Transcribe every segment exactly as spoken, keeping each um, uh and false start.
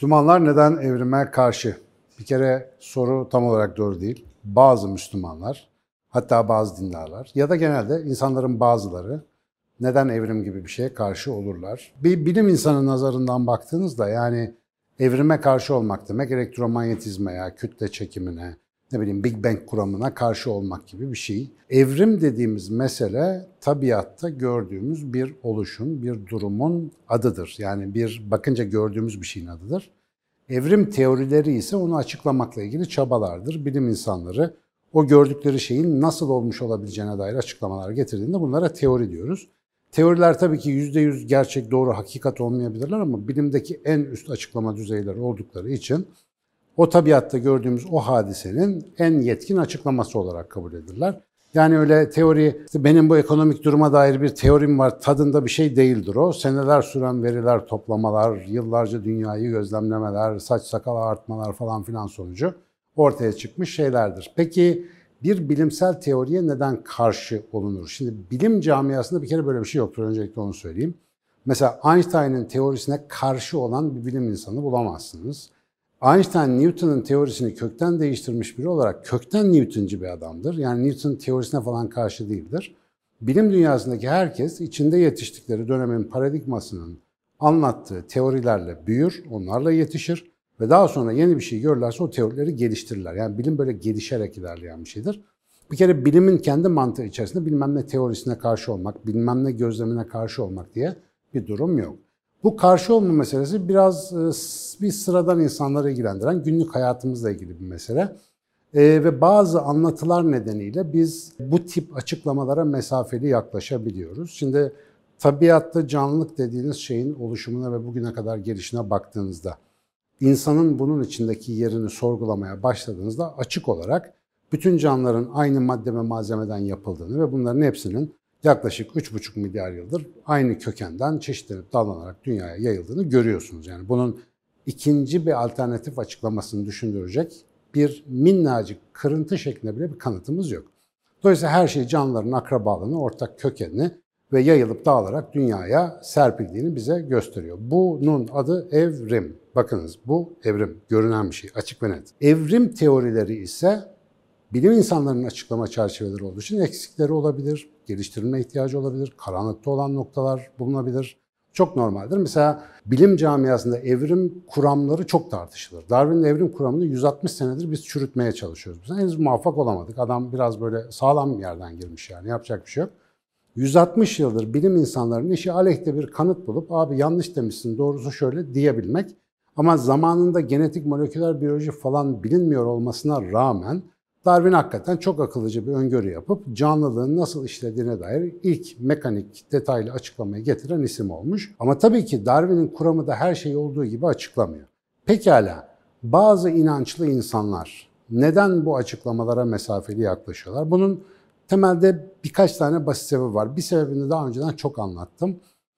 Müslümanlar neden evrime karşı? Bir kere soru tam olarak doğru değil. Bazı Müslümanlar, hatta bazı dindarlar ya da genelde insanların bazıları neden evrim gibi bir şeye karşı olurlar? Bir bilim insanı nazarından baktığınızda yani evrime karşı olmak demek elektromanyetizmaya, kütle çekimine, ne bileyim Big Bang kuramına karşı olmak gibi bir şey. Evrim dediğimiz mesele tabiatta gördüğümüz bir oluşum, bir durumun adıdır. Yani bir bakınca gördüğümüz bir şeyin adıdır. Evrim teorileri ise onu açıklamakla ilgili çabalardır. Bilim insanları o gördükleri şeyin nasıl olmuş olabileceğine dair açıklamalar getirdiğinde bunlara teori diyoruz. Teoriler tabii ki yüzde yüz gerçek, doğru, hakikat olmayabilirler ama bilimdeki en üst açıklama düzeyleri oldukları için o tabiatta gördüğümüz o hadisenin en yetkin açıklaması olarak kabul edilirler. Yani öyle teori, işte benim bu ekonomik duruma dair bir teorim var tadında bir şey değildir o. Seneler süren veriler toplamalar, yıllarca dünyayı gözlemlemeler, saç sakal artmalar falan filan sonucu ortaya çıkmış şeylerdir. Peki bir bilimsel teoriye neden karşı olunur? Şimdi bilim camiasında bir kere böyle bir şey yoktur. Öncelikle onu söyleyeyim. Mesela Einstein'ın teorisine karşı olan bir bilim insanı bulamazsınız. Einstein, Newton'un teorisini kökten değiştirmiş biri olarak kökten Newtoncu bir adamdır. Yani Newton'un teorisine falan karşı değildir. Bilim dünyasındaki herkes içinde yetiştikleri dönemin paradigmasının anlattığı teorilerle büyür, onlarla yetişir ve daha sonra yeni bir şey görürlerse o teorileri geliştirirler. Yani bilim böyle gelişerek ilerleyen bir şeydir. Bir kere bilimin kendi mantığı içerisinde bilmem ne teorisine karşı olmak, bilmem ne gözlemine karşı olmak diye bir durum yok. Bu karşı olma meselesi biraz bir sıradan insanları ilgilendiren, günlük hayatımızla ilgili bir mesele. Ee, ve bazı anlatılar nedeniyle biz bu tip açıklamalara mesafeli yaklaşabiliyoruz. Şimdi tabiatta canlılık dediğiniz şeyin oluşumuna ve bugüne kadar gelişine baktığınızda, insanın bunun içindeki yerini sorgulamaya başladığınızda açık olarak bütün canlıların aynı madde ve malzemeden yapıldığını ve bunların hepsinin yaklaşık üç buçuk milyar yıldır aynı kökenden çeşitlenip dallanarak dünyaya yayıldığını görüyorsunuz. Yani bunun ikinci bir alternatif açıklamasını düşündürecek bir minnacık kırıntı şeklinde bile bir kanıtımız yok. Dolayısıyla her şey canlıların akrabalığını, ortak kökenini ve yayılıp dağılarak dünyaya serpildiğini bize gösteriyor. Bunun adı evrim. Bakınız bu evrim, görünen bir şey, açık ve net. Evrim teorileri ise bilim insanlarının açıklama çerçeveleri olduğu için eksikleri olabilir, geliştirilme ihtiyacı olabilir, karanlıkta olan noktalar bulunabilir. Çok normaldir. Mesela bilim camiasında evrim kuramları çok tartışılır. Darwin'in evrim kuramını yüz altmış senedir biz çürütmeye çalışıyoruz. Biz henüz muvaffak olamadık. Adam biraz böyle sağlam bir yerden girmiş yani. Yapacak bir şey yok. yüz altmış yıldır bilim insanlarının işi aleyhte bir kanıt bulup abi yanlış demişsin, doğrusu şöyle diyebilmek. Ama zamanında genetik moleküler biyoloji falan bilinmiyor olmasına rağmen Darwin hakikaten çok akıllıca bir öngörü yapıp canlılığın nasıl işlediğine dair ilk mekanik detaylı açıklamayı getiren isim olmuş. Ama tabii ki Darwin'in kuramı da her şeyi olduğu gibi açıklamıyor. Pekala, bazı inançlı insanlar neden bu açıklamalara mesafeli yaklaşıyorlar? Bunun temelde birkaç tane basit sebebi var. Bir sebebini daha önceden çok anlattım.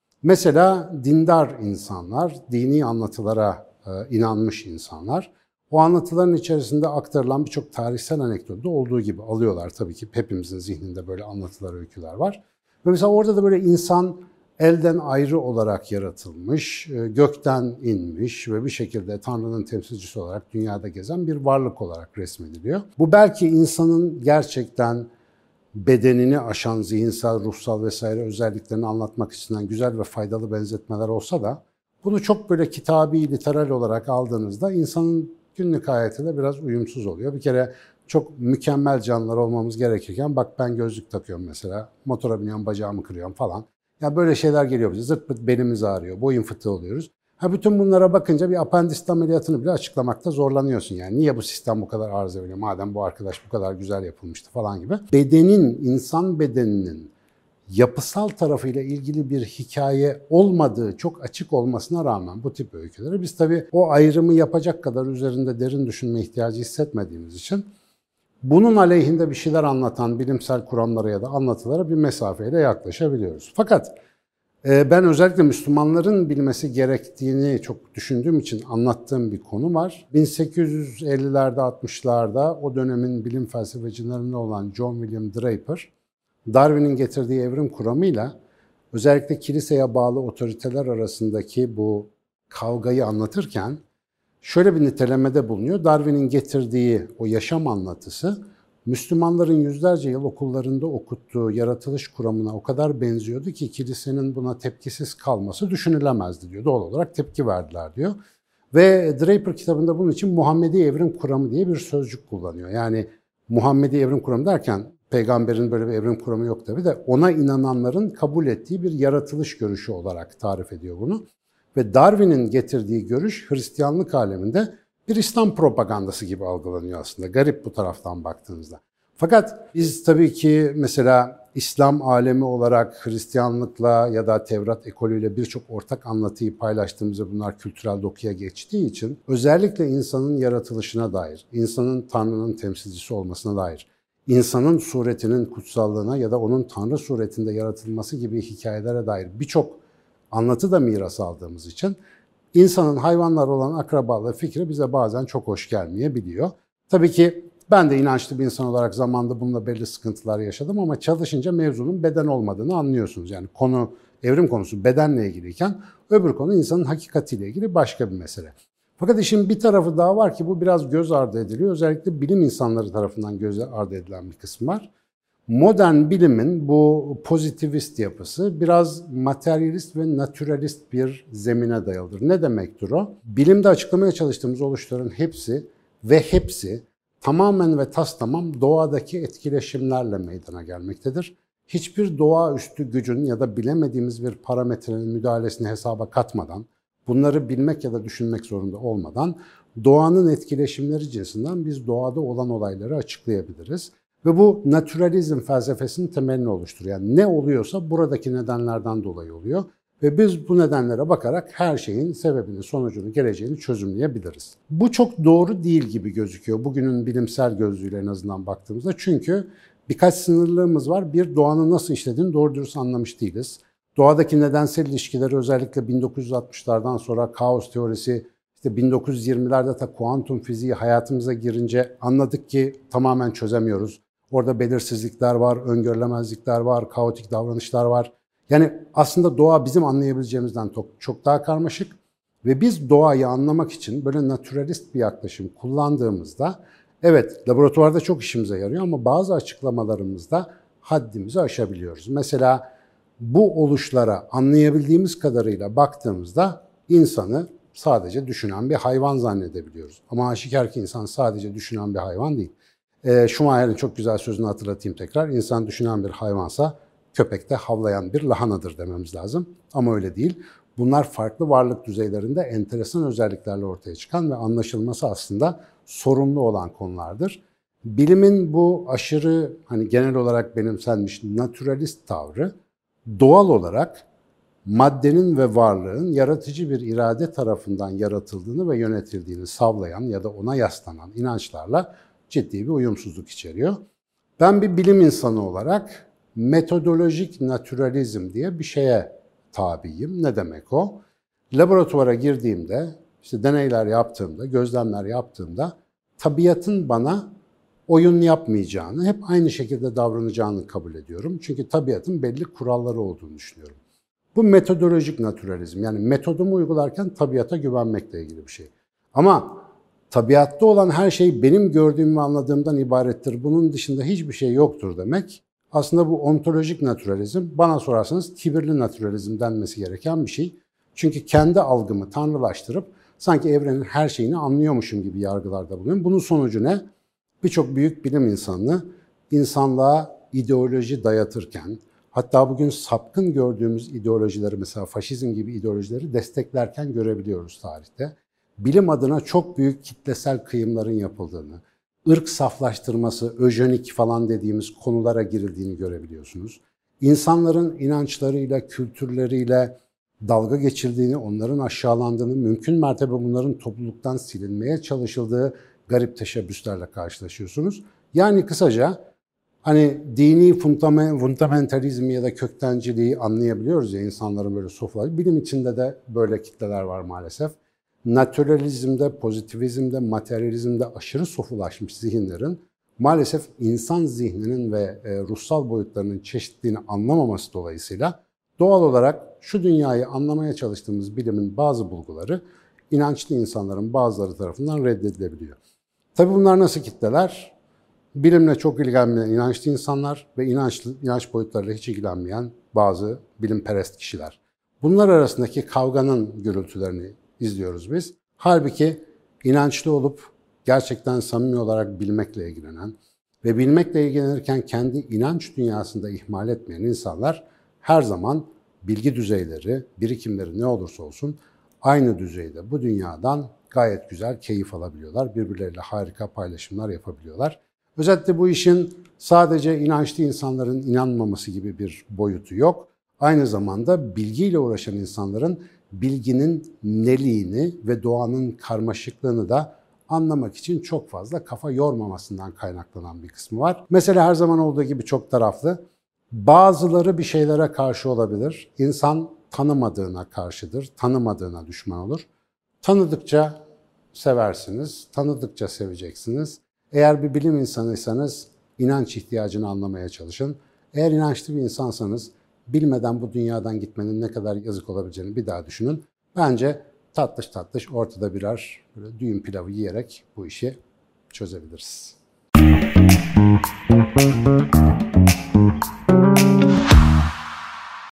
Mesela dindar insanlar, dini anlatılara inanmış insanlar. O anlatıların içerisinde aktarılan birçok tarihsel anekdotu olduğu gibi alıyorlar tabii ki. Hepimizin zihninde böyle anlatılar, öyküler var. Ve mesela orada da böyle insan elden ayrı olarak yaratılmış, gökten inmiş ve bir şekilde Tanrı'nın temsilcisi olarak dünyada gezen bir varlık olarak resmediliyor. Bu belki insanın gerçekten bedenini aşan zihinsel, ruhsal vesaire özelliklerini anlatmak için güzel ve faydalı benzetmeler olsa da bunu çok böyle kitabi, literal olarak aldığınızda insanın günlük hayatıyla biraz uyumsuz oluyor. Bir kere çok mükemmel canlılar olmamız gerekirken bak ben gözlük takıyorum mesela, motora biniyorum, bacağımı kırıyorum falan. Ya böyle şeyler geliyor bize, zırt pırt belimiz ağrıyor, boyun fıtığı oluyoruz. Ha bütün bunlara bakınca bir apendisit ameliyatını bile açıklamakta zorlanıyorsun yani. Niye bu sistem bu kadar arıza veriyor madem bu arkadaş bu kadar güzel yapılmıştı falan gibi. Bedenin, insan bedeninin yapısal tarafıyla ilgili bir hikaye olmadığı çok açık olmasına rağmen bu tip öyküleri biz tabii o ayrımı yapacak kadar üzerinde derin düşünme ihtiyacı hissetmediğimiz için bunun aleyhinde bir şeyler anlatan bilimsel kuramlara ya da anlatılara bir mesafeyle yaklaşabiliyoruz. Fakat ben özellikle Müslümanların bilmesi gerektiğini çok düşündüğüm için anlattığım bir konu var. bin sekiz yüz ellilerde altmışlarda o dönemin bilim felsefecilerinden olan John William Draper, Darwin'in getirdiği evrim kuramıyla özellikle kiliseye bağlı otoriteler arasındaki bu kavgayı anlatırken şöyle bir nitelemede bulunuyor. Darwin'in getirdiği o yaşam anlatısı, Müslümanların yüzlerce yıl okullarında okuttuğu yaratılış kuramına o kadar benziyordu ki kilisenin buna tepkisiz kalması düşünülemezdi diyor. Doğal olarak tepki verdiler diyor. Ve Draper kitabında bunun için Muhammedi evrim kuramı diye bir sözcük kullanıyor. Yani Muhammedi evrim kuramı derken peygamberin böyle bir evrim kuramı yok tabii de ona inananların kabul ettiği bir yaratılış görüşü olarak tarif ediyor bunu. Ve Darwin'in getirdiği görüş Hristiyanlık aleminde bir İslam propagandası gibi algılanıyor aslında. Garip bu taraftan baktığınızda. Fakat biz tabii ki mesela İslam alemi olarak Hristiyanlıkla ya da Tevrat ekolüyle birçok ortak anlatıyı paylaştığımızda bunlar kültürel dokuya geçtiği için özellikle insanın yaratılışına dair, insanın Tanrı'nın temsilcisi olmasına dair, insanın suretinin kutsallığına ya da onun Tanrı suretinde yaratılması gibi hikayelere dair birçok anlatı da miras aldığımız için insanın hayvanlar olan akrabalığı fikri bize bazen çok hoş gelmeyebiliyor. Tabii ki ben de inançlı bir insan olarak zamanında bununla belli sıkıntılar yaşadım ama çalışınca mevzunun beden olmadığını anlıyorsunuz. Yani konu, evrim konusu bedenle ilgiliyken öbür konu insanın hakikatiyle ilgili başka bir mesele. Fakat işin bir tarafı daha var ki bu biraz göz ardı ediliyor. Özellikle bilim insanları tarafından göz ardı edilen bir kısım var. Modern bilimin bu pozitivist yapısı biraz materyalist ve naturalist bir zemine dayalıdır. Ne demektir o? Bilimde açıklamaya çalıştığımız oluşların hepsi ve hepsi tamamen ve tastamam doğadaki etkileşimlerle meydana gelmektedir. Hiçbir doğaüstü gücün ya da bilemediğimiz bir parametrenin müdahalesini hesaba katmadan, bunları bilmek ya da düşünmek zorunda olmadan doğanın etkileşimleri cinsinden biz doğada olan olayları açıklayabiliriz. Ve bu naturalizm felsefesinin temelini oluşturuyor. Yani ne oluyorsa buradaki nedenlerden dolayı oluyor. Ve biz bu nedenlere bakarak her şeyin sebebini, sonucunu, geleceğini çözümleyebiliriz. Bu çok doğru değil gibi gözüküyor bugünün bilimsel gözlüğüyle en azından baktığımızda. Çünkü birkaç sınırlığımız var. Bir, doğanın nasıl işlediğini doğru dürüst anlamış değiliz. Doğadaki nedensel ilişkileri özellikle bin dokuz yüz altmışlardan sonra kaos teorisi, işte bin dokuz yüz yirmilerde de kuantum fiziği hayatımıza girince anladık ki tamamen çözemiyoruz. Orada belirsizlikler var, öngörülemezlikler var, kaotik davranışlar var. Yani aslında doğa bizim anlayabileceğimizden çok, çok daha karmaşık ve biz doğayı anlamak için böyle naturalist bir yaklaşım kullandığımızda evet laboratuvarda çok işimize yarıyor ama bazı açıklamalarımızda haddimizi aşabiliyoruz. Mesela bu oluşlara anlayabildiğimiz kadarıyla baktığımızda insanı sadece düşünen bir hayvan zannedebiliyoruz. Ama aşikar ki insan sadece düşünen bir hayvan değil. E, Schumacher'in çok güzel sözünü hatırlatayım tekrar. İnsan düşünen bir hayvansa köpekte havlayan bir lahanadır dememiz lazım. Ama öyle değil. Bunlar farklı varlık düzeylerinde enteresan özelliklerle ortaya çıkan ve anlaşılması aslında sorumlu olan konulardır. Bilimin bu aşırı hani genel olarak benimsenmiş naturalist tavrı doğal olarak maddenin ve varlığın yaratıcı bir irade tarafından yaratıldığını ve yönetildiğini savlayan ya da ona yaslanan inançlarla ciddi bir uyumsuzluk içeriyor. Ben bir bilim insanı olarak metodolojik naturalizm diye bir şeye tabiyim. Ne demek o? Laboratuvara girdiğimde, işte deneyler yaptığımda, gözlemler yaptığımda tabiatın bana oyun yapmayacağını, hep aynı şekilde davranacağını kabul ediyorum. Çünkü tabiatın belli kuralları olduğunu düşünüyorum. Bu metodolojik naturalizm. Yani metodumu uygularken tabiata güvenmekle ilgili bir şey. Ama tabiatta olan her şey benim gördüğüm ve anladığımdan ibarettir. Bunun dışında hiçbir şey yoktur demek. Aslında bu ontolojik naturalizm, bana sorarsanız kibirli naturalizm denmesi gereken bir şey. Çünkü kendi algımı tanrılaştırıp sanki evrenin her şeyini anlıyormuşum gibi yargılarda bulunuyorum. Bunun sonucu ne? Birçok büyük bilim insanını insanlığa ideoloji dayatırken, hatta bugün sapkın gördüğümüz ideolojileri, mesela faşizm gibi ideolojileri desteklerken görebiliyoruz tarihte. Bilim adına çok büyük kitlesel kıyımların yapıldığını, ırk saflaştırması, öjenik falan dediğimiz konulara girildiğini görebiliyorsunuz. İnsanların inançlarıyla, kültürleriyle dalga geçildiğini, onların aşağılandığını, mümkün mertebe bunların topluluktan silinmeye çalışıldığı garip teşebbüslerle karşılaşıyorsunuz. Yani kısaca hani dini fundamentalizmi ya da köktenciliği anlayabiliyoruz ya insanların böyle sofuları. Bilim içinde de böyle kitleler var maalesef. Naturalizmde, pozitivizmde, materyalizmde aşırı sofulaşmış zihinlerin maalesef insan zihninin ve e, ruhsal boyutlarının çeşitliliğini anlamaması dolayısıyla doğal olarak şu dünyayı anlamaya çalıştığımız bilimin bazı bulguları inançlı insanların bazıları tarafından reddedilebiliyor. Tabii bunlar nasıl kitleler? Bilimle çok ilgilenmeyen inançlı insanlar ve inançlı, inanç boyutlarıyla hiç ilgilenmeyen bazı bilimperest kişiler. Bunlar arasındaki kavganın gürültülerini izliyoruz biz. Halbuki inançlı olup gerçekten samimi olarak bilmekle ilgilenen ve bilmekle ilgilenirken kendi inanç dünyasında ihmal etmeyen insanlar her zaman bilgi düzeyleri, birikimleri ne olursa olsun aynı düzeyde bu dünyadan gayet güzel keyif alabiliyorlar. Birbirleriyle harika paylaşımlar yapabiliyorlar. Özetle bu işin sadece inançlı insanların inanmaması gibi bir boyutu yok. Aynı zamanda bilgiyle uğraşan insanların bilginin neliğini ve doğanın karmaşıklığını da anlamak için çok fazla kafa yormamasından kaynaklanan bir kısmı var. Mesela her zaman olduğu gibi çok taraflı. Bazıları bir şeylere karşı olabilir. İnsan tanımadığına karşıdır, tanımadığına düşman olur. Tanıdıkça seversiniz, tanıdıkça seveceksiniz. Eğer bir bilim insanıysanız inanç ihtiyacını anlamaya çalışın. Eğer inançlı bir insansanız bilmeden bu dünyadan gitmenin ne kadar yazık olabileceğini bir daha düşünün. Bence tatlış tatlış ortada birer böyle düğün pilavı yiyerek bu işi çözebiliriz.